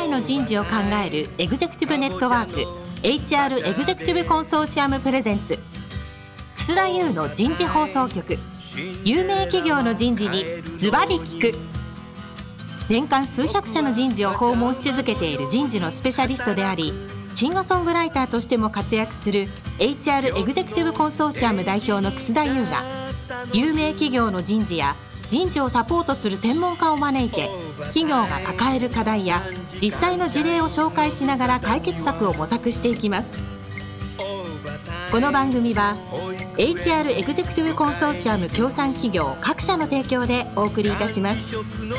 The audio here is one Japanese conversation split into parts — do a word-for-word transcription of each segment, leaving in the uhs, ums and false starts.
来の人事を考えるエグゼクティブネットワーク エイチアール エグゼクティブコンソーシアムプレゼンツ楠田優の人事放送局。有名企業の人事にズバリ聞く。年間数百社の人事を訪問し続けている人事のスペシャリストであり、シンガーソングライターとしても活躍する エイチアール エグゼクティブコンソーシアム代表の楠田優が、有名企業の人事や人事をサポートする専門家を招いて、企業が抱える課題や実際の事例を紹介しながら解決策を模索していきます。この番組は エイチアール エグゼクティブコンソーシアム協賛企業各社の提供でお送りいたします。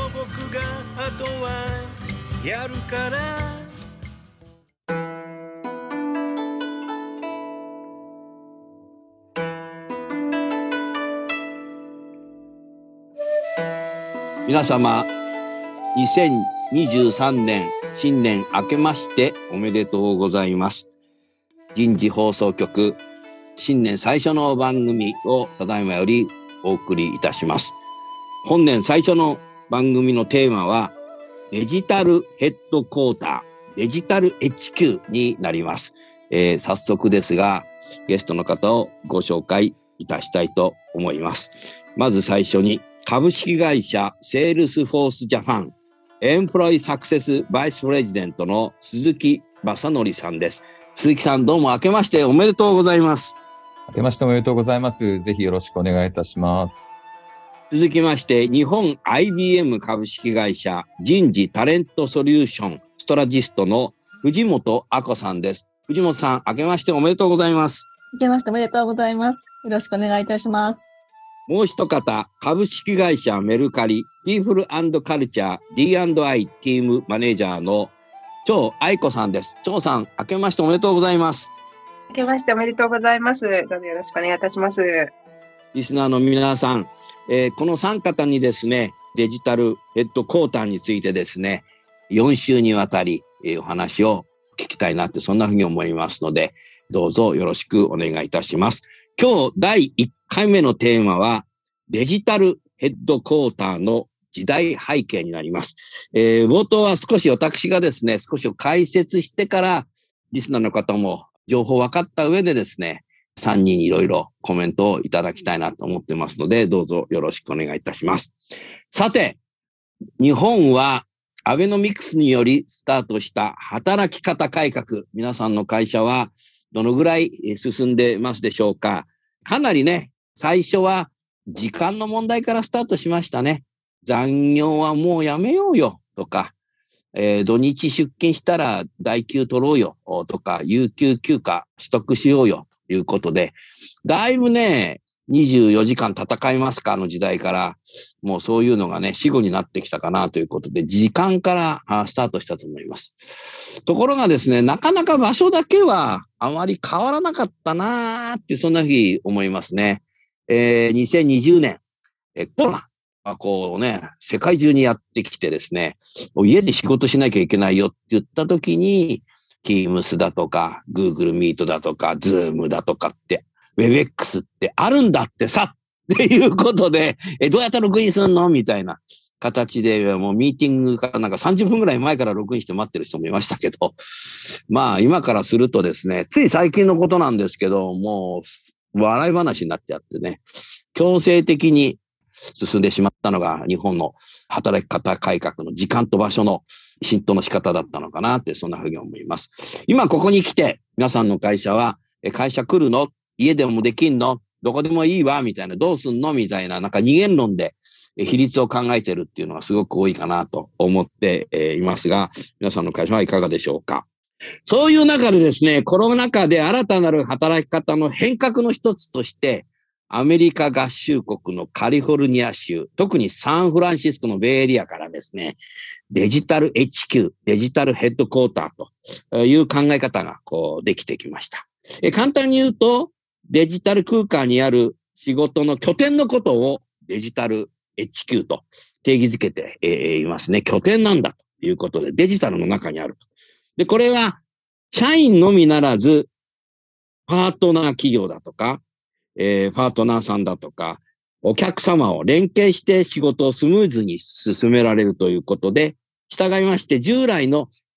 皆様、にせんにじゅうさんねん新年明けましておめでとうございます。人事放送局新年最初の番組をただいまよりお送りいたします。本年最初の番組のテーマはデジタルヘッドクォーター、デジタル エイチキュー になります。えー、早速ですがゲストの方をご紹介いたしたいと思います。まず最初に株式会社セールスフォースジャパンエンプロイサクセスバイスプレジデントの鈴木正則さんです。鈴木さん、どうも明けましておめでとうございます。 明けましておめでとうございます。ぜひよろしくお願いいたします。 続きまして日本 アイビーエム 株式会社人事タレントソリューションストラジストの藤本亜子さんです。藤本さん、明けましておめでとうございます。 明けましておめでとうございます。よろしくお願いいたします。 もう一方、株式会社メルカリピープル&カルチャー ディーアンドアイ チームマネージャーの張愛子さんです。張さん、明けましておめでとうございます。 明けましておめでとうございます。どうぞよろしくお願いいたします。 リスナーの皆さん、えー、この三方にですね、デジタルヘッドクォーターについてですね、よん週にわたり、えー、お話を聞きたいなって、そんなふうに思いますので、どうぞよろしくお願いいたします。今日だいいっかいめのテーマはデジタルヘッドクォーターの時代背景になります。えー、冒頭は少し私がですね、少し解説してからリスナーの方も情報分かった上でですね、さんにんいろいろコメントをいただきたいなと思ってますので、どうぞよろしくお願いいたします。さて、日本はアベノミクスによりスタートした働き方改革、皆さんの会社はどのぐらい進んでますでしょうか。かなりね、最初は時間の問題からスタートしましたね。残業はもうやめようよとか、えー、土日出勤したら代休取ろうよとか、有給休暇取得しようよということで、だいぶね、にじゅうよじかん戦いますかの時代から、もうそういうのがね、死後になってきたかなということで、時間からスタートしたと思います。ところがですね、なかなか場所だけはあまり変わらなかったなーって、そんなふうに思いますね。えー、にせんにじゅうねん、えコロナがこうね、世界中にやってきてですね、家で仕事しなきゃいけないよって言った時に、Teams だとか、Google Meet だとか、Zoom だとかって、ウェブエックス ってあるんだってさっていうことで、え、どうやってログインするのみたいな形で、もうミーティングからなんかさんじゅっぷんぐらい前からログインして待ってる人もいましたけど、まあ今からするとですね、つい最近のことなんですけど、もう笑い話になっちゃってね、強制的に進んでしまったのが日本の働き方改革の時間と場所の浸透の仕方だったのかなって、そんなふうに思います。今ここに来て、皆さんの会社は、会社来るの？家でもできんの？どこでもいいわみたいな、どうすんのみたいな、なんか二元論で比率を考えてるっていうのがすごく多いかなと思っていますが、皆さんの会社はいかがでしょうか。そういう中でですね、コロナ禍で新たなる働き方の変革の一つとして、アメリカ合衆国のカリフォルニア州、特にサンフランシスコのベイエリアからですね、デジタル エイチキュー、デジタルヘッドクォーターという考え方がこうできてきました。え簡単に言うと、デジタル空間にある仕事の拠点のことをデジタル エイチキュー と定義づけて、えー、いますね。拠点なんだということで、デジタルの中にあると。で、これは社員のみならず、パートナー企業だとか、えー、パートナーさんだとか、お客様を連携して仕事をスムーズに進められるということで、従いまして従来の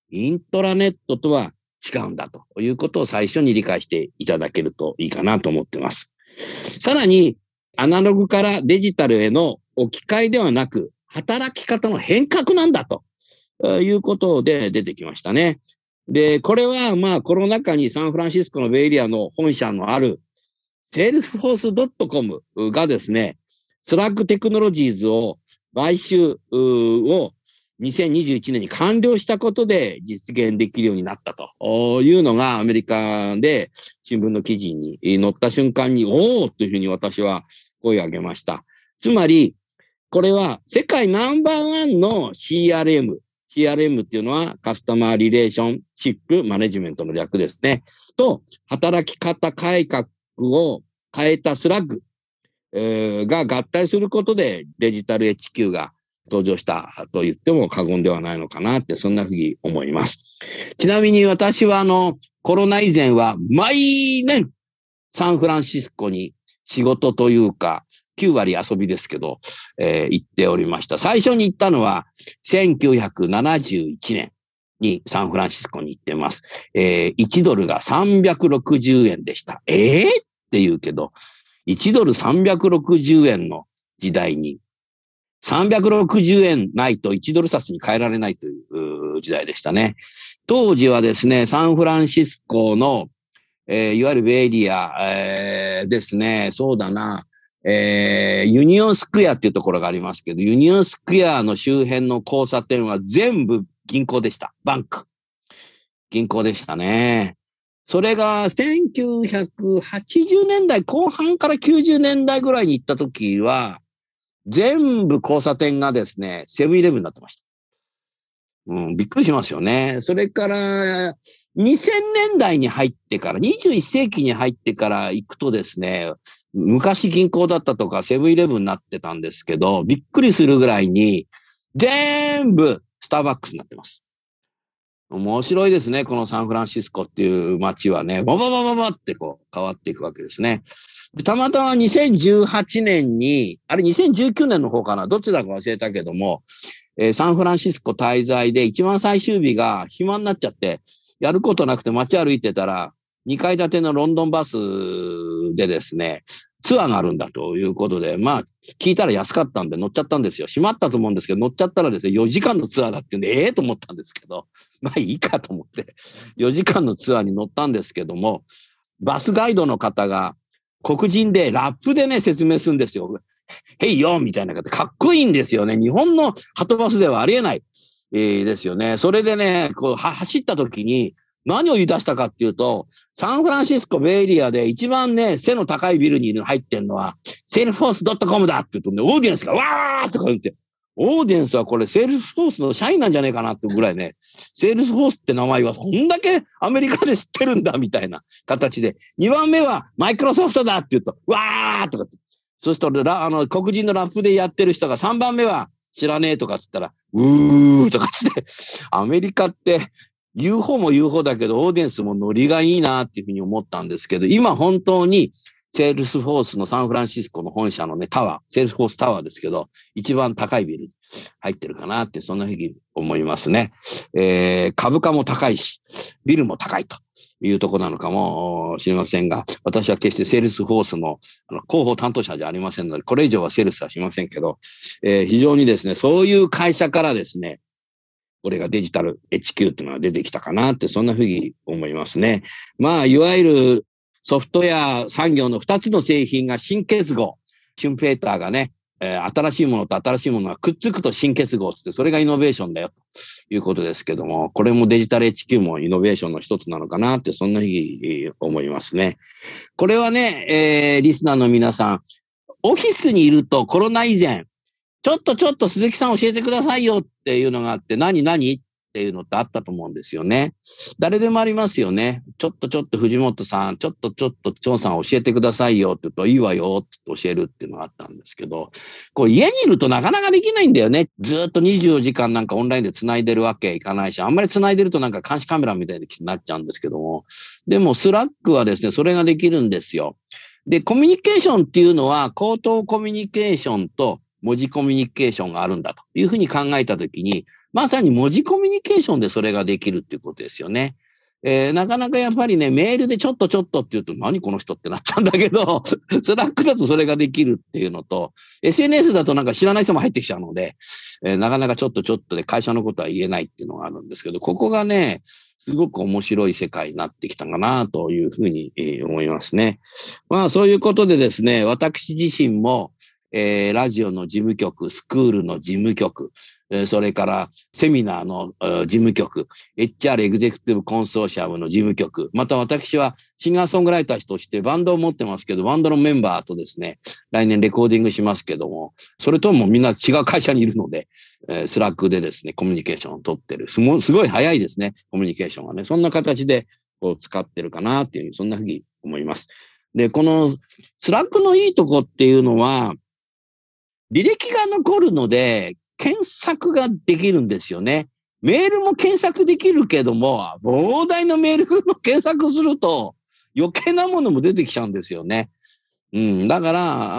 イントラネットとは違うんだということを最初に理解していただけるといいかなと思ってます。さらに、アナログからデジタルへの置き換えではなく、働き方の変革なんだということで出てきましたね。で、これはまあコロナ禍にサンフランシスコのベイエリアの本社のあるセールスフォースドットコム がですね、スラッグテクノロジーズを買収をにせんにじゅういちねんに完了したことで実現できるようになったというのがアメリカで新聞の記事に載った瞬間に、おおというふうに私は声を上げました。つまり、これは世界ナンバーワンの シーアールエム。シーアールエム っていうのはカスタマーリレーションシップマネジメントの略ですね。と、働き方改革を変えたスラッグ、えー、が合体することでデジタル エイチキュー が登場したと言っても過言ではないのかなって、そんなふうに思います。ちなみに私はあの、コロナ以前は毎年サンフランシスコに仕事というか、きゅうわり遊びですけど、えー、行っておりました。最初に行ったのはせんきゅうひゃくななじゅういちねんにサンフランシスコに行ってます。えー、いちドルがさんびゃくろくじゅうえんでした。えーって言うけど、いちドルさんびゃくろくじゅうえんの時代に、さんびゃくろくじゅうえんないといちドル札に変えられないという時代でしたね。当時はですね、サンフランシスコの、えー、いわゆるベイエリア、えー、ですね、そうだな、えー、ユニオンスクエアっていうところがありますけど、ユニオンスクエアの周辺の交差点は全部銀行でした。バンク。銀行でしたね。それがせんきゅうひゃくはちじゅうねんだいこう半からきゅうじゅうねんだいぐらいに行った時は、全部交差点がですね、セブンイレブンになってました。うん、びっくりしますよね。それから、にせんねんだいに入ってから、にじゅういっせいきに入ってから行くとですね、昔銀行だったとかセブンイレブンになってたんですけど、びっくりするぐらいに、全部スターバックスになってます。面白いですね。このサンフランシスコっていう街はね、バババババってこう変わっていくわけですね。たまたまにせんじゅうはちねんに、あれにせんじゅうきゅうねんの方かな、どっちだか忘れたけども、えー、サンフランシスコ滞在で一番最終日が暇になっちゃって、やることなくて街歩いてたら、にかい建てのロンドンバスでですね、ツアーがあるんだということで、まあ、聞いたら安かったんで乗っちゃったんですよ。閉まったと思うんですけど、乗っちゃったらですね、よじかんのツアーだっていうんで、ええー、と思ったんですけど、まあいいかと思って、よじかんのツアーに乗ったんですけども、バスガイドの方が黒人でラップでね、説明するんですよ。へいよみたいな方、かっこいいんですよね。日本のハトバスではありえない、えー、ですよね。それでね、こう走った時に、何を言い出したかっていうと、サンフランシスコベイエリアで一番ね、背の高いビルに入ってんのは、セールスフォースドットコムだって言うとね、オーディエンスがわーとか言って、オーディエンスはこれセールスフォースの社員なんじゃねえかなってぐらいね、セールスフォースって名前はこんだけアメリカで知ってるんだみたいな形で、にばんめはマイクロソフトだって言うと、わーとかって、そうするとあの黒人のラップでやってる人がさんばんめは知らねえとかっつったら、うーとかつって、アメリカって、言う方も言う方だけど、オーディエンスもノリがいいなっていうふうに思ったんですけど、今本当にセールスフォースのサンフランシスコの本社のね、タワー、セールスフォースタワーですけど、一番高いビルに入ってるかなって、そんなふうに思いますね。えー、株価も高いし、ビルも高いというところなのかもしれませんが、私は決してセールスフォースのあの広報担当者じゃありませんので、これ以上はセールスはしませんけど、えー、非常にですね、そういう会社からですね、これがデジタル エイチキュー っていうのが出てきたかなって、そんなふうに思いますね。まあ、いわゆるソフトウェア産業のふたつの製品が新結合。シュンペーターがね、えー、新しいものと新しいものがくっつくと新結合って、それがイノベーションだよということですけども、これもデジタル エイチキュー もイノベーションの一つなのかなって、そんなふうに思いますね。これはね、えー、リスナーの皆さん、オフィスにいるとコロナ以前、ちょっとちょっと鈴木さん教えてくださいよっていうのがあって、何何っていうのってあったと思うんですよね。誰でもありますよね。ちょっとちょっと藤本さん、ちょっとちょっと張さん教えてくださいよって言うと、いいわよって教えるっていうのがあったんですけど、こう家にいるとなかなかできないんだよね。ずっとにじゅうよじかんなんかオンラインで繋いでるわけいかないし、あんまり繋いでるとなんか監視カメラみたいになっちゃうんですけども、でもスラックはですね、それができるんですよ。で、コミュニケーションっていうのは、口頭コミュニケーションと文字コミュニケーションがあるんだというふうに考えたときに、まさに文字コミュニケーションでそれができるっていうことですよね。えー、なかなかやっぱりね、メールでちょっとちょっとって言うと、何この人ってなっちゃうんだけど、スラックだとそれができるっていうのと、エスエヌエス だとなんか知らない人も入ってきちゃうので、えー、なかなかちょっとちょっとで会社のことは言えないっていうのがあるんですけど、ここがね、すごく面白い世界になってきたかなというふうに思いますね。まあそういうことでですね、私自身も、えー、ラジオの事務局、スクールの事務局、えー、それからセミナーの事務局、エイチアール エグゼクティブコンソーシアムの事務局、また私はシンガーソングライターとしてバンドを持ってますけど、バンドのメンバーとですね、来年レコーディングしますけども、それともみんな違う会社にいるので、えー、スラックでですね、コミュニケーションを取ってる。すごい、すごい早いですね、コミュニケーションがね。そんな形でこう使ってるかなっていう、そんなふうに思います。で、このスラックのいいとこっていうのは、履歴が残るので、検索ができるんですよね。メールも検索できるけども、膨大なメールの検索すると、余計なものも出てきちゃうんですよね。うん。だから、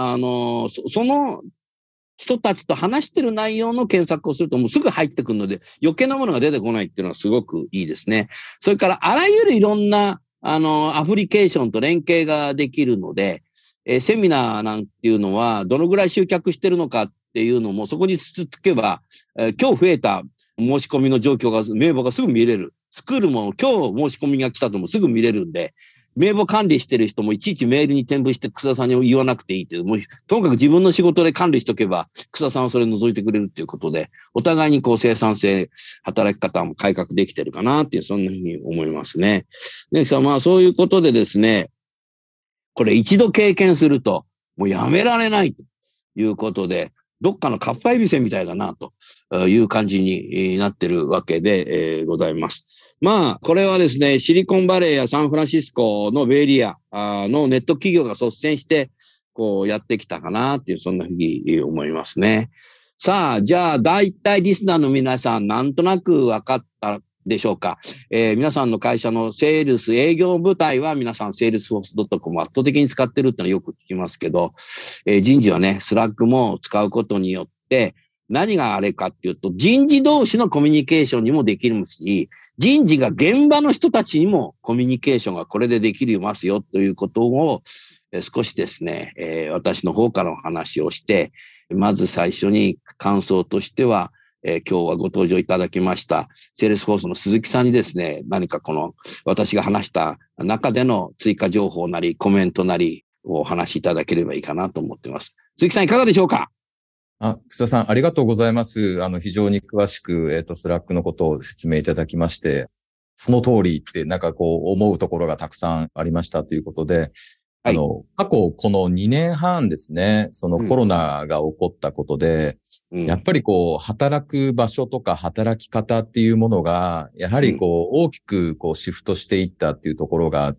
あの、そ, その人たちと話してる内容の検索をするともうすぐ入ってくるので、余計なものが出てこないっていうのはすごくいいですね。それから、あらゆるいろんな、あの、アプリケーションと連携ができるので、えー、セミナーなんていうのは、どのぐらい集客してるのかっていうのも、そこにつつけば、えー、今日増えた申し込みの状況が、名簿がすぐ見れる。スクールも今日申し込みが来たともすぐ見れるんで、名簿管理してる人もいちいちメールに添付して草さんに言わなくていいっていう、もうともかく自分の仕事で管理しとけば、草さんはそれ覗いてくれるっていうことで、お互いにこう生産性、働き方も改革できてるかなっていう、そんなふうに思いますね。で、まあそういうことでですね、これ一度経験すると、もうやめられないということで、どっかのかっぱえびせんみたいだなという感じになってるわけで、えー、ございます。まあ、これはですね、シリコンバレーやサンフランシスコのベイエリアのネット企業が率先して、こうやってきたかなっていう、そんなふうに思いますね。さあ、じゃあ、大体リスナーの皆さん、なんとなく分かったでしょうか。えー、皆さんの会社のセールス、営業部隊は皆さんセールスフォースドットコム を圧倒的に使ってるってのはよく聞きますけど、えー、人事はね、スラックも使うことによって、何があれかっていうと、人事同士のコミュニケーションにもできるし、人事が現場の人たちにもコミュニケーションがこれでできるますよということを、えー、少しですね、えー、私の方からお話をして、まず最初に感想としては、えー、今日はご登場いただきました、セールスフォースの鈴木さんにですね、何かこの私が話した中での追加情報なりコメントなりをお話しいただければいいかなと思っています。鈴木さんいかがでしょうか？ あ、草さんありがとうございます。あの、非常に詳しく、えっと、スラックのことを説明いただきまして、その通りってなんかこう思うところがたくさんありましたということで、あの、はい、過去このにねんはんですね、そのコロナが起こったことで、うん、やっぱりこう、働く場所とか働き方っていうものが、やはりこう、大きくこう、シフトしていったっていうところがあって、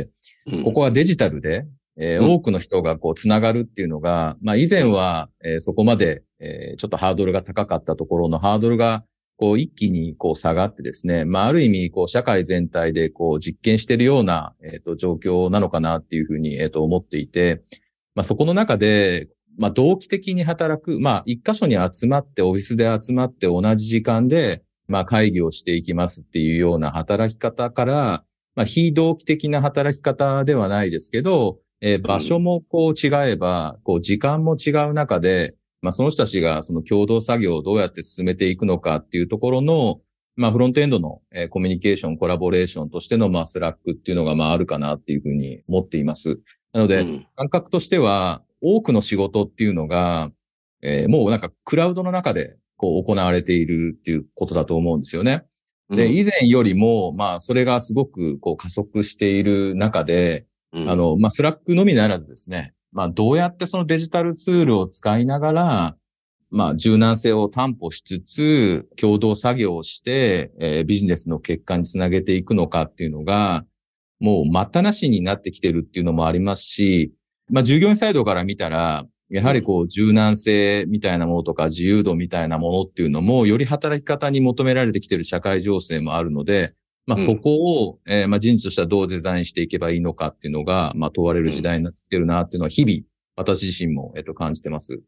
うん、ここはデジタルで、えーうん、多くの人がこう、つながるっていうのが、まあ以前は、えー、そこまで、えー、ちょっとハードルが高かったところのハードルが、こう一気にこう下がってですね、まあある意味こう社会全体でこう実験しているようなえっと状況なのかなっていうふうにえっと思っていて、まあそこの中でまあ同期的に働く、まあ一箇所に集まってオフィスで集まって同じ時間でまあ会議をしていきますっていうような働き方から、まあ非同期的な働き方ではないですけど、えー、場所もこう違えば、こう時間も違う中で、まあその人たちがその共同作業をどうやって進めていくのかっていうところの、まあフロントエンドのコミュニケーション、コラボレーションとしてのまあスラックっていうのがまああるかなっていうふうに思っています。なので、感覚としては多くの仕事っていうのが、えー、もうなんかクラウドの中でこう行われているっていうことだと思うんですよね。で、以前よりもまあそれがすごくこう加速している中で、あの、まあスラックのみならずですね、まあ、どうやってそのデジタルツールを使いながら、まあ、柔軟性を担保しつつ、共同作業をして、えー、ビジネスの結果につなげていくのかっていうのが、もう待ったなしになってきてるっていうのもありますし、まあ、従業員サイドから見たら、やはりこう、柔軟性みたいなものとか自由度みたいなものっていうのも、より働き方に求められてきてる社会情勢もあるので、まあ、そこを、えー、まあ、人事としてはどうデザインしていけばいいのかっていうのが、まあ、問われる時代になってきてるなっていうのは日々、私自身も、えっと、感じてます。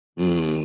うん。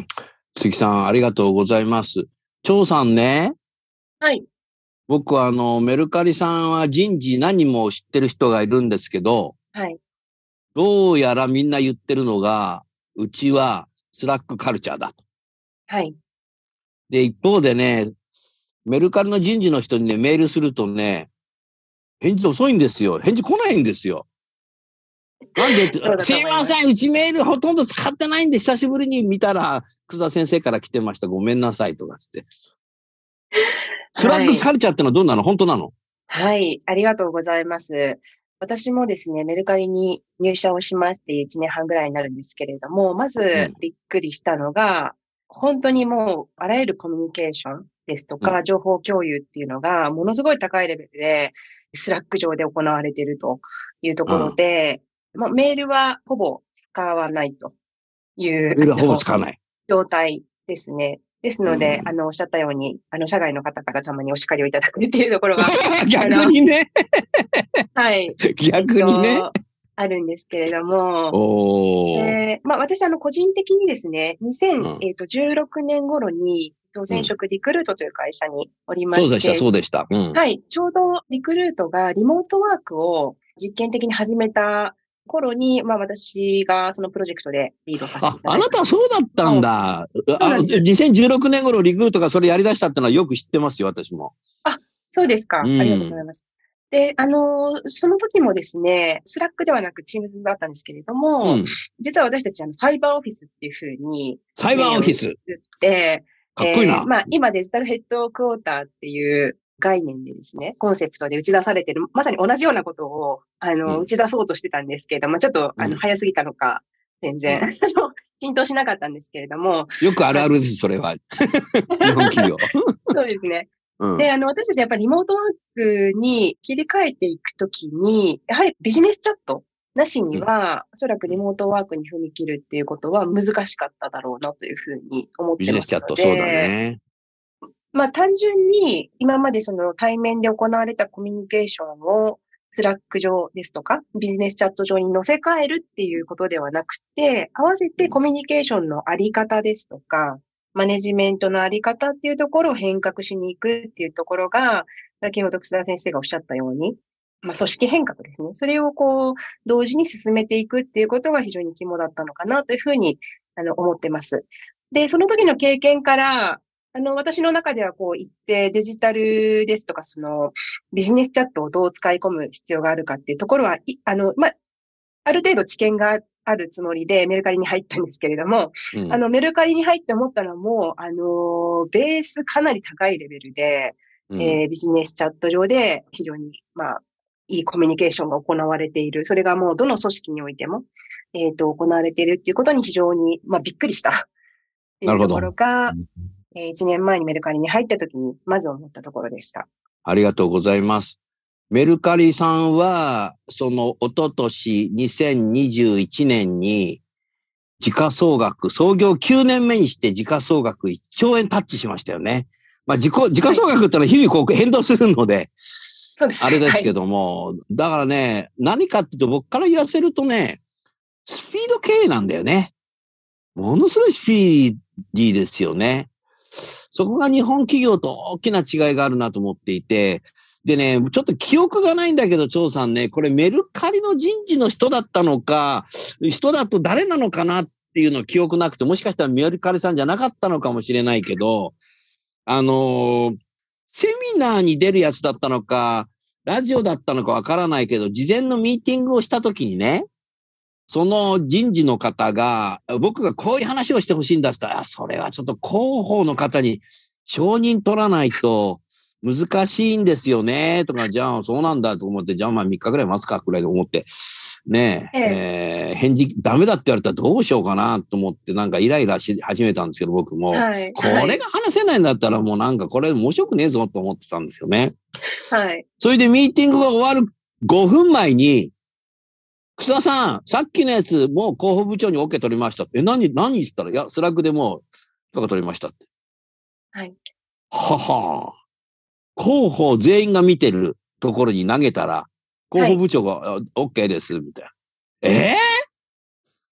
鈴木さん、ありがとうございます。張さんね、 はい。 僕はあの、メルカリさんは人事何人も知ってる人がいるんですけど、 はい。 どうやらみんな言ってるのが、うちはスラックカルチャーだと。 はい。 で、一方でね、メルカリの人事の人にね、メールするとね、返事遅いんですよ。返事来ないんですよ。なんでって、 そうだすと思います。 いません、うちメールほとんど使ってないんで、久しぶりに見たら、楠田先生から来てました。ごめんなさいとかって。スラックはい。 カルチャーってのはどうなの？本当なの？ はい。ありがとうございます。私もですね、メルカリに入社をしましていちねんはんぐらいになるんですけれども、まずうん、 びっくりしたのが、本当にもうあらゆるコミュニケーションですとうん。 か、情報共有っていうのがものすごい高いレベルで、スラック上で行われているというところうん。 で、まあ、メールはほぼ使わないという、 メールはほぼあの、 使わない。 状態ですね。ですうので、あん。 の、おっしゃったように、あの、社外の方からたまにお叱りをいただくっていうところが、あの、 逆にね。 はい、えっ逆にね。 と、あるんですけれども、 おー。 えーまあ、私、あの、個人的にですね、 うん。 にせんじゅうろくねん頃に、 うん。 前職リクルートという会社におりまそうでした、 して、 そうでした。うん。 はい、ちょうどリクルートがリモートワークを実験的に始めた頃に、まあ、私がそのプロジェクトでリードさせてあ、 いただいたんですあなたはそうだったんけども、 だ。あの、 そうなんです。 にせんじゅうろくねん頃リクルートがそれやり出したってのはよく知ってますよ、私も。 あ、そうですうか。ありがとうございん。 ます。で、あの、その時もですね、スラックではなくチームズだったんですけれども、 うん。 実は私たち、あの、サイバーオフィスっていうふうにサイバー名を打っオフィス。 て、えー、 かっこいいな。 まあ、今デジタルヘッドクォーターっていう概念でですね、コンセプトで打ち出されている、まさに同じようなことを、あの、打うん。 ち出そうとしてたんですけれども、ちょっと、あの、 うん。 早すぎたのか、全然、あうん。 の、浸透しなかったんですけれども、 よくあるあ、 あるです、それは。日本企業。 そうですね。 うん。 で、あの、私たちやっぱりリモートワークに切り替えていくときに、やはりビジネスチャットなしうん。 には、おそらくリモートワークに踏み切るっていうことは難しかっただろうなというふうに思っビジネスチてますのャット、そうだで、 ね。 まあ単純に今までその対面で行われたコミュニケーションをスラック上ですとか、ビジネスチャット上に載せ替えるっていうことではなくて、合わせてコミュニケーションのあり方ですとか、マネジメントのあり方っていうところを変革しに行くっていうところが、先ほど楠田先生がおっしゃったように、まあ組織変革ですね。それをこう、同時に進めていくっていうことが非常に肝だったのかなというふうに、あの、思ってます。で、その時の経験から、あの、私の中ではこう一定デジタルですとか、そのビジネスチャットをどう使い込む必要があるかっていうところは、いあの、まあ、ある程度知見があるつもりでメルカリに入ったんですけれども、 うん。 あの、メルカリに入って思ったのも、あの、ベースかなり高いレベルで、 うん。 えービジネスチャット上で非常に、まあ、いいコミュニケーションが行われている。それがもうどの組織においても、えっと、行われているっていうことに非常に、まあ、びっくりしたってなるほど。 いうところが、えー、いちねんまえにメルカリに入った時に、まず思ったところでした。 ありがとうございます。メルカリさんは、その、おととしにせんにじゅういちねんに、時価総額、創業きゅうねんめにして時価総額いっちょうえんタッチしましたよね。まあ、時価、時価はい。 総額ってのは日々こう変動するので、 そうですか。 あれですけはい。 ども、だからね、何かっていうと僕から言わせるとね、スピード経営なんだよね。ものすごいスピーディーですよね。そこが日本企業と大きな違いがあるなと思っていて、でね、ちょっと記憶がないんだけど、張さんね、これメルカリの人事の人だったのか、人だと誰なのかなっていうの記憶なくて、もしかしたらメルカリさんじゃなかったのかもしれないけど、あのー、セミナーに出るやつだったのか、ラジオだったのかわからないけど、事前のミーティングをしたときにね、その人事の方が、僕がこういう話をしてほしいんだったら、それはちょっと広報の方に承認取らないと難しいんですよね、とか、じゃあそうなんだと思って、じゃあまあみっかぐらい待つかくらいで思って、ねええ。 え、えー、返事ダメだって言われたらどうしようかなと思って、なんかイライラし始めたんですけど、僕も、 はい。はい。 これが話せないんだったらもうなんかこれ面白くねえぞと思ってたんですよね。 はい。 それでミーティングが終わるごふんまえに、楠田さん、さっきのやつ、もう広報部長に OK 取りました。え、何、何言ったら、いや、スラックでもう、許可取りましたって。 はい。 はは。広報全員が見てるところに投げたら、広はい。 報部長が OK です、みたいな。えー、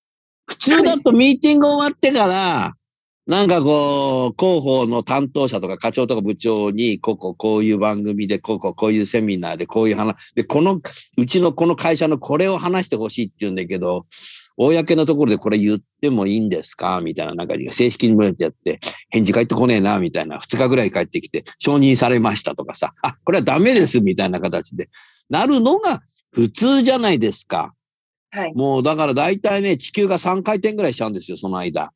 普通だとミーティング終わってから、なんかこう、広報の担当者とか課長とか部長に、ここ、こういう番組で、ここ、こういうセミナーで、こういう話、で、この、うちのこの会社のこれを話してほしいって言うんだけど、公のところでこれ言ってもいいんですかみたいな、なんか正式にもやってやって、返事返ってこねえな、みたいな、二日ぐらい帰ってきて、承認されましたとかさ、あ、これはダメです、みたいな形で、なるのが普通じゃないですか。 はい。 もうだから大体ね、地球がさんかい転ぐらいしちゃうんですよ、その間。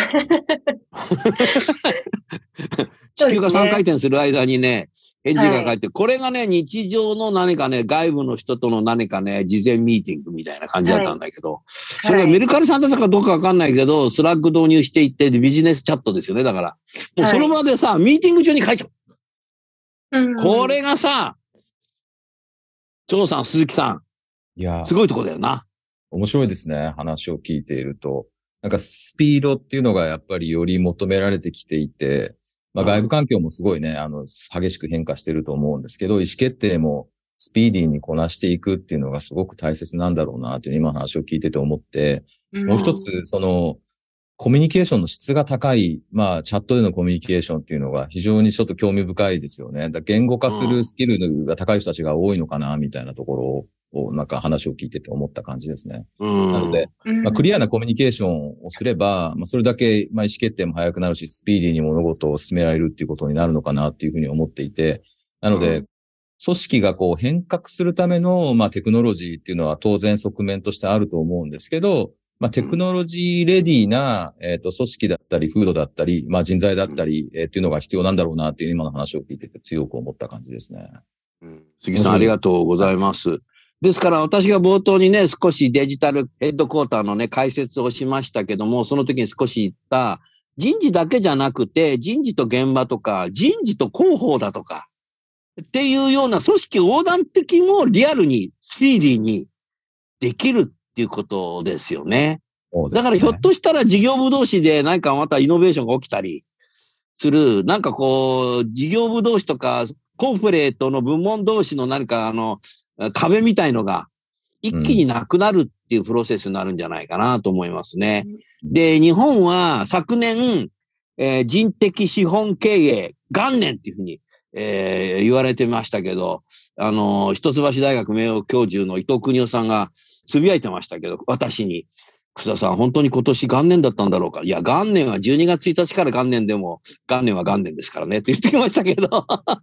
地球がさんかい転する間にね、返事が返って、はい、これがね、日常の何かね、外部の人との何かね、事前ミーティングみたいな感じだったんだけど、はい、それがメルカリさんだったかどうかわかんないけど、スラック導入していってビジネスチャットですよね。だから、もうその場でさ、はい、ミーティング中に書いちゃう。うん、これがさ、張さん、鈴木さん、いや、すごいとこだよな。 面白いですね。話を聞いていると。なんかスピードっていうのがやっぱりより求められてきていて、まあ外部環境もすごいね、あの、激しく変化してると思うんですけど、意思決定もスピーディーにこなしていくっていうのがすごく大切なんだろうなっていう今の話を聞いてて思って、うん、もう一つ、その、コミュニケーションの質が高い、まあ、チャットでのコミュニケーションっていうのが非常にちょっと興味深いですよね。だ言語化するスキルが高い人たちが多いのかな、みたいなところを、なんか話を聞いてて思った感じですね。うん、なので、まあ、クリアなコミュニケーションをすれば、まあ、それだけ、まあ、意思決定も早くなるし、スピーディーに物事を進められるっていうことになるのかなっていうふうに思っていて、なので、うん、組織がこう変革するための、まあ、テクノロジーっていうのは当然側面としてあると思うんですけど、まあ、テクノロジーレディーな、えっと、組織だったり、風土だったり、まあ、人材だったり、えー、っていうのが必要なんだろうなっていう今の話を聞いてて強く思った感じですね。 うん、杉さん、ありがとうございます。ですから、私が冒頭にね、少しデジタルヘッドクォーターのね、解説をしましたけども、その時に少し言った、人事だけじゃなくて、人事と現場とか、人事と広報だとか、っていうような組織横断的もリアルに、スピーディーにできるっていうことですよね。そうですね。だからひょっとしたら事業部同士で何かまたイノベーションが起きたりする、なんかこう、事業部同士とか、コーポレートの部門同士の何かあの、壁みたいのが一気になくなるっていうプロセスになるんじゃないかなと思いますね。うん、で、日本は昨年、えー、人的資本経営元年っていうふうに、えー、言われてましたけど、あのー、一橋大学名誉教授の伊藤邦夫さんがつぶやいてましたけど、私に、楠田さん、本当に今年元年だったんだろうか。いや、元年はじゅうにがつついたちから元年でも、元年は元年ですからね、って言ってきましたけど。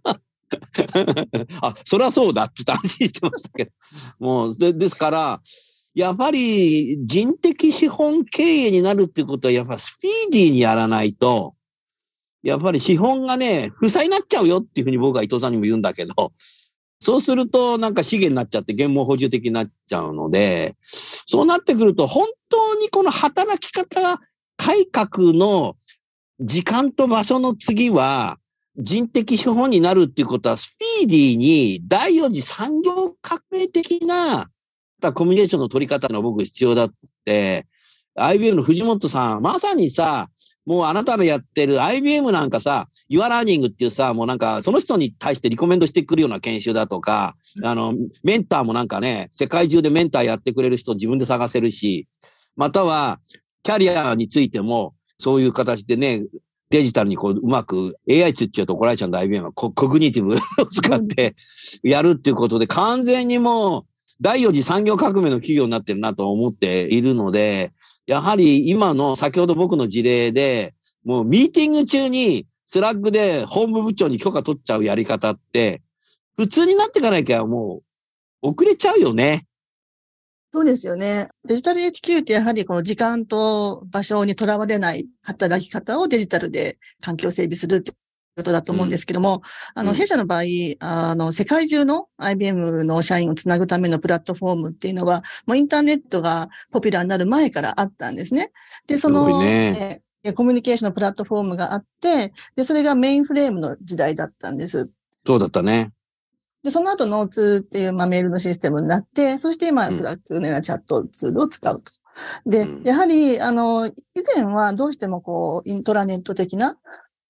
あ、それはそうだって安心してましたけど。もう、で、ですから、やっぱり人的資本経営になるっていうことは、やっぱスピーディーにやらないと、やっぱり資本がね、負債になっちゃうよっていうふうに僕は伊藤さんにも言うんだけど、そうするとなんか資源になっちゃって現毛補充的になっちゃうので、そうなってくると本当にこの働き方改革の時間と場所の次は人的資本になるっていうことはスピーディーに第四次産業革命的なコミュニケーションの取り方が僕必要だって、アイビーエム の藤本さん、まさにさ、もうあなたのやってる アイビーエム なんかさ、Your Learning っていうさ、もうなんかその人に対してリコメンドしてくるような研修だとか、あの、メンターもなんかね、世界中でメンターやってくれる人を自分で探せるし、またはキャリアについてもそういう形でね、デジタルにこううまく エーアイ つっちゃうと怒られちゃうんだ アイビーエム はコグニティブを使ってやるっていうことで完全にもう第四次産業革命の企業になってるなと思っているので、やはり今の先ほど僕の事例で、もうミーティング中にスラッグで本部部長に許可取っちゃうやり方って、普通になっていかなきゃもう遅れちゃうよね。 そうですよね。デジタル エイチキュー ってやはりこの時間と場所にとらわれない働き方をデジタルで環境整備するってことだと思うんですけども、うん、あの、弊社の場合、あの、世界中の アイビーエム の社員をつなぐためのプラットフォームっていうのは、もうインターネットがポピュラーになる前からあったんですね。で、その、ね、コミュニケーションのプラットフォームがあって、で、それがメインフレームの時代だったんです。 そうだったね。 で、その後ノーツっていう、まあ、メールのシステムになって、そして今、スラックのようなチャットツールを使うと。で、うん、やはり、あの、以前はどうしてもこう、イントラネット的な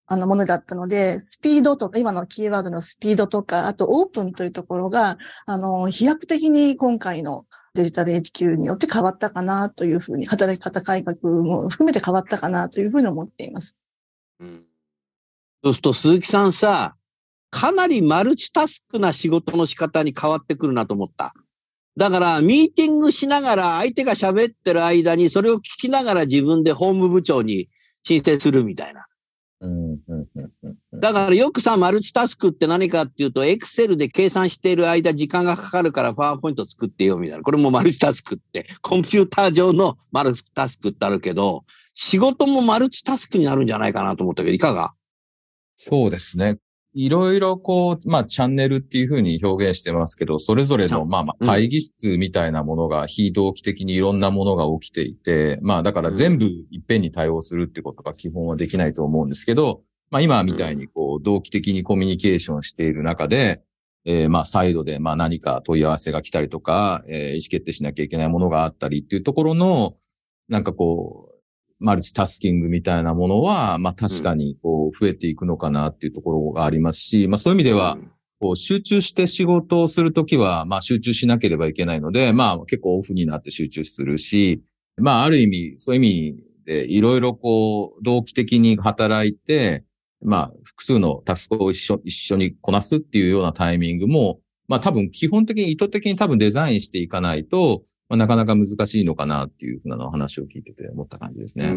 あのものだったので、スピードとか、今のキーワードのスピードとか、あとオープンというところが、あの、飛躍的に今回のデジタル エイチキュー によって変わったかなというふうに、働き方改革も含めて変わったかなというふうに思っています。 うん、そうすると鈴木さんさ、かなりマルチタスクな仕事の仕方に変わってくるなと思った。だから、ミーティングしながら、相手が喋ってる間に、それを聞きながら自分で法務部長に申請するみたいな。だからよくさ、マルチタスクって何かっていうと、エクセルで計算している間、時間がかかるからパワーポイント作ってよみたいな。これもマルチタスクって、コンピューター上のマルチタスクってあるけど、仕事もマルチタスクになるんじゃないかなと思ったけど、いかが？ そうですね。いろいろこう、まあ、チャンネルっていうふうに表現してますけど、それぞれの、まあまあ、会議室みたいなものが非同期的にいろんなものが起きていて、まあ、だから全部いっぺんに対応するってことが基本はできないと思うんですけど、まあ、今みたいにこう、同期的にコミュニケーションしている中で、えー、まあ、サイドで、まあ、何か問い合わせが来たりとか、えー、意思決定しなきゃいけないものがあったりっていうところの、なんかこう、マルチタスキングみたいなものは、まあ確かにこう増えていくのかなっていうところがありますし、まあそういう意味では、こう集中して仕事をするときは、まあ集中しなければいけないので、まあ結構オフになって集中するし、まあある意味、そういう意味でいろいろこう同期的に働いて、まあ複数のタスクを一緒、一緒にこなすっていうようなタイミングも、まあ多分基本的に意図的に多分デザインしていかないと、まあ、なかなか難しいのかなっていうふうなの話を聞いてて思った感じですね。 うん。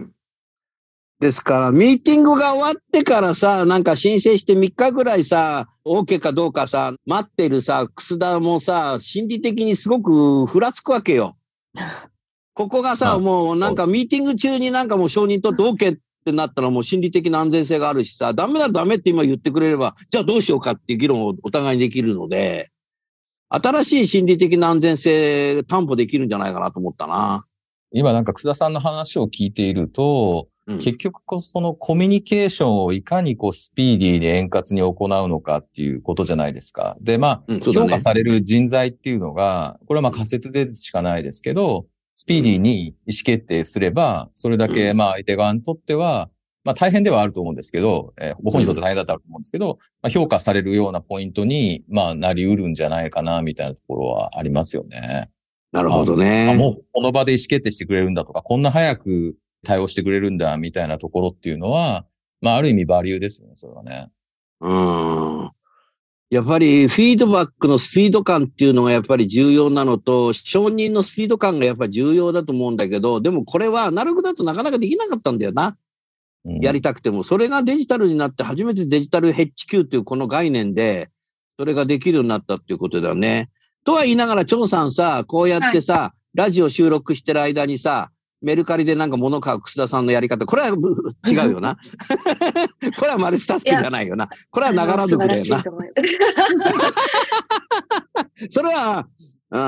ですから、ミーティングが終わってからさ、なんか申請してみっかぐらいさ、OK かどうかさ、待ってるさ、楠田もさ、心理的にすごくふらつくわけよ。ここがさ、まあ、もうなんかミーティング中になんかもう承認取って OK ってなったらもう心理的な安全性があるしさ、ダメだダメって今言ってくれれば、じゃあどうしようかっていう議論をお互いにできるので、新しい心理的な安全性担保できるんじゃないかなと思ったな。 今なんか楠田さんの話を聞いていると、うん、結局そのコミュニケーションをいかにこうスピーディーに円滑に行うのかっていうことじゃないですか。で、まあ、うんね、評価される人材っていうのが、これはまあ仮説でしかないですけど、スピーディーに意思決定すれば、それだけまあ相手側にとっては、まあ大変ではあると思うんですけど、えー、ご本人にとって大変だったと思うんですけど、まあ、評価されるようなポイントに、まあなり得るんじゃないかな、みたいなところはありますよね。 なるほどね。 あ、もうこの場で意思決定してくれるんだとか、こんな早く対応してくれるんだ、みたいなところっていうのは、まあある意味バリューですよね、それはね。 うん。やっぱりフィードバックのスピード感っていうのがやっぱり重要なのと、承認のスピード感がやっぱり重要だと思うんだけど、でもこれはアナログだとなかなかできなかったんだよな。やりたくても、それがデジタルになって初めてデジタル エイチキュー というこの概念で、それができるようになったっていうことだよね。とは言いながら、張さんさ、こうやってさ、はい、ラジオ収録してる間にさ、メルカリでなんか物買う楠田さんのやり方、これは違うよな。これはマルチタスクじゃないよな。これはながらずくだよな。それは、うん。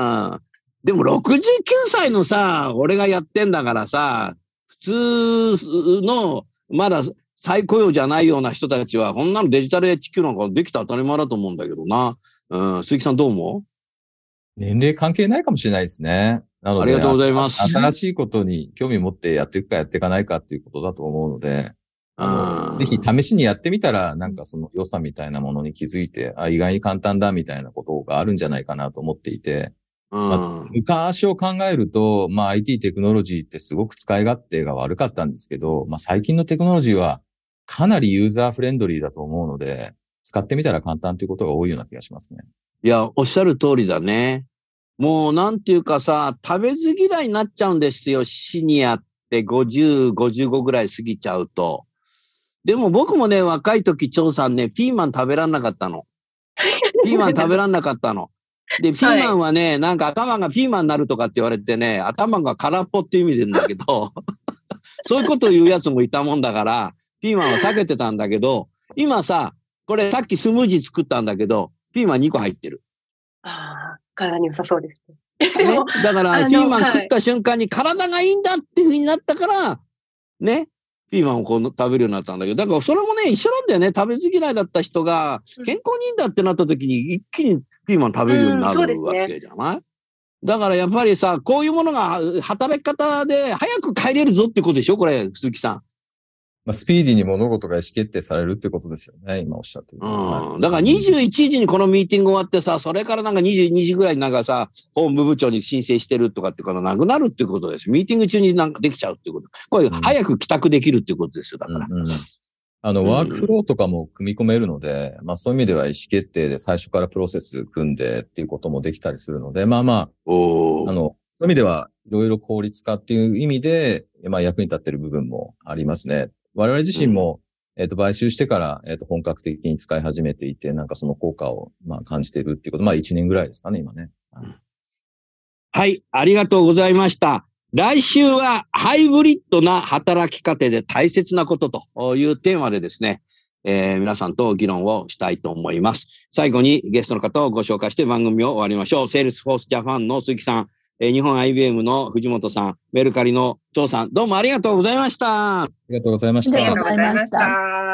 でもろくじゅうきゅうさいのさ、俺がやってんだからさ、普通の、まだ再雇用じゃないような人たちは、こんなのデジタル エイチキュー なんかできた当たり前だと思うんだけどな。うん、鈴木さんどう思う？ 年齢関係ないかもしれないですね。なので、 ありがとうございます。 新しいことに興味持ってやっていくかやっていかないかっていうことだと思うので、あのぜひ試しにやってみたら、なんかその良さみたいなものに気づいて、あ、意外に簡単だみたいなことがあるんじゃないかなと思っていて、 うんまあ、昔を考えると、まあ アイティー テクノロジーってすごく使い勝手が悪かったんですけど、まあ最近のテクノロジーはかなりユーザーフレンドリーだと思うので、使ってみたら簡単ということが多いような気がしますね。 いや、おっしゃる通りだね。もうなんていうかさ、食べず嫌いになっちゃうんですよ。シニアってごじゅう、ごじゅうごぐらい過ぎちゃうと。でも僕もね、若い時、張さんね、ピーマン食べらんなかったの。ピーマン食べらんなかったの。で、ピーマンはね、はい、なんか頭がピーマンになるとかって言われてね、頭が空っぽっていう意味でんだけど、そういうことを言うやつもいたもんだから、ピーマンは避けてたんだけど、今さ、これさっきスムージー作ったんだけど、ピーマンにこ入ってる。 ああ、体に良さそうですね。ね、だから、ピーマン食った瞬間に体がいいんだっていう風になったから、ね、ピーマンをこう食べるようになったんだけど、だからそれもね、一緒なんだよね。食べず嫌いだった人が、健康にいいんだってなった時に、一気にピーマン食べるようになるわけじゃない？だからやっぱりさ、こういうものが働き方で早く帰れるぞってことでしょこれ、鈴木さん。 まあ、スピーディーに物事が意思決定されるってことですよね、今おっしゃってる。 うん。だからにじゅういちじにこのミーティング終わってさ、それからなんかにじゅうにじぐらいになんかさ、法務部長に申請してるとかっていうからなくなるっていうことです。ミーティング中になんかできちゃうっていうこと。これ、早く帰宅できるっていうことですよ、だから。 うんうん、あの、ワークフローとかも組み込めるので、うん、まあそういう意味では意思決定で最初からプロセス組んでっていうこともできたりするので、まあまあ、おあの、そういう意味ではいろいろ効率化っていう意味で、まあ役に立ってる部分もありますね。我々自身も、うん、えっと、買収してから、えっと、本格的に使い始めていて、なんかその効果を、まあ、感じているっていうこと、まあ、いちねんぐらいですかね、今ね。 うん、はい、ありがとうございました。来週は、ハイブリッドな働き方で大切なことというテーマでですね、えー、皆さんと議論をしたいと思います。最後にゲストの方をご紹介して番組を終わりましょう。セールスフォースジャパンの鈴木さん、日本 アイビーエム の藤本さん、メルカリの張さん、どうもありがとうございました。 ありがとうございました。 ありがとうございました。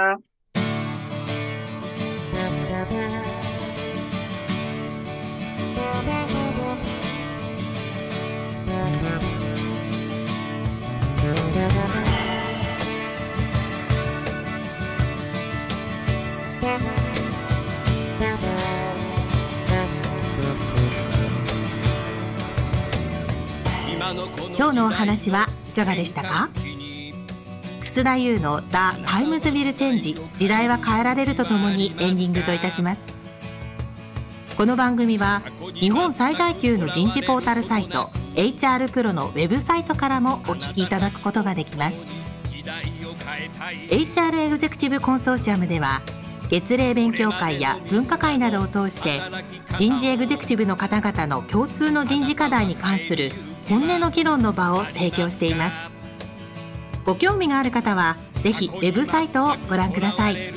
今日のお話はいかがでしたか？楠田優の The Times Will Change 時代は変えられるとともにエンディングといたします。この番組は日本最大級の人事ポータルサイト エイチアール プロのウェブサイトからもお聞きいただくことができます。 エイチアール エグゼクティブコンソーシアムでは月例勉強会や分科会などを通して人事エグゼクティブの方々の共通の人事課題に関する本音の議論の場を提供しています。ご興味がある方はぜひウェブサイトをご覧ください。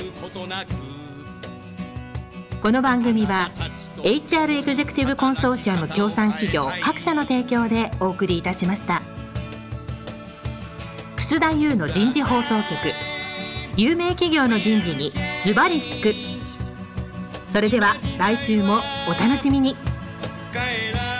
この番組は エイチアール エグゼクティブコンソーシアム協賛企業各社の提供でお送りいたしました。楠田優の人事放送局、有名企業の人事にズバリ聞く。それでは来週もお楽しみに。